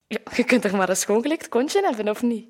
Ja, je kunt er maar een schoongelekt kontje hebben, of niet?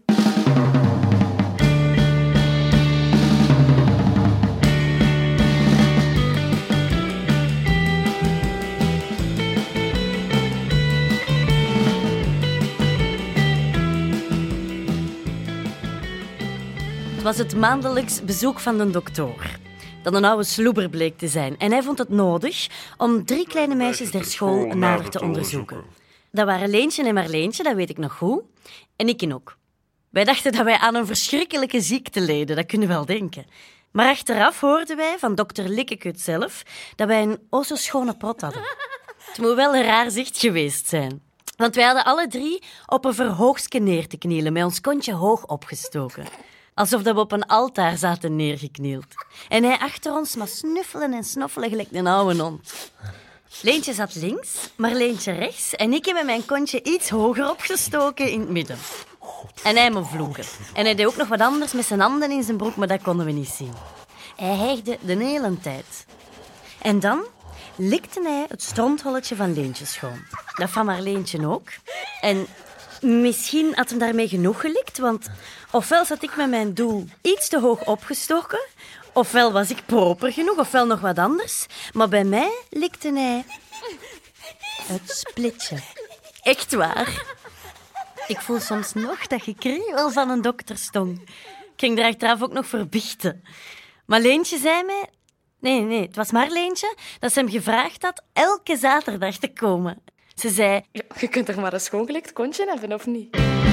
Het was het maandelijks bezoek van de dokter, dat een oude sloeber bleek te zijn. En hij vond het nodig om 3 kleine meisjes der school nader te onderzoeken. Dat waren Leentje en Marleentje, dat weet ik nog goed. En ik ook. Wij dachten dat wij aan een verschrikkelijke ziekte leden, dat kunnen we wel denken. Maar achteraf hoorden wij van dokter Likkekut zelf dat wij een o zo schone prot hadden. Het moet wel een raar zicht geweest zijn. Want wij hadden alle 3 op een verhoogstje neer te knielen, met ons kontje hoog opgestoken. Alsof we op een altaar zaten neergeknield. En hij achter ons maar snuffelen en snoffelen gelijk een oude hond. Leentje zat links, Marleentje rechts en ik heb met mijn kontje iets hoger opgestoken in het midden. En hij me vloeken. En hij deed ook nog wat anders met zijn handen in zijn broek, maar dat konden we niet zien. Hij hijgde de hele tijd. En dan likte hij het strontholletje van Leentje schoon. Dat van Marleentje ook. En misschien had hem daarmee genoeg gelikt, want ofwel zat ik met mijn doel iets te hoog opgestoken, ofwel was ik proper genoeg, ofwel nog wat anders. Maar bij mij likte hij het splitje. Echt waar. Ik voel soms nog dat gekrieuwel van een dokterstong. Ik ging er achteraf ook nog voor biechten. Maar Leentje zei mij... Nee, het was Marleentje dat ze hem gevraagd had elke zaterdag te komen. Ze zei... Ja, je kunt er maar een schoongelekt kontje hebben, of niet?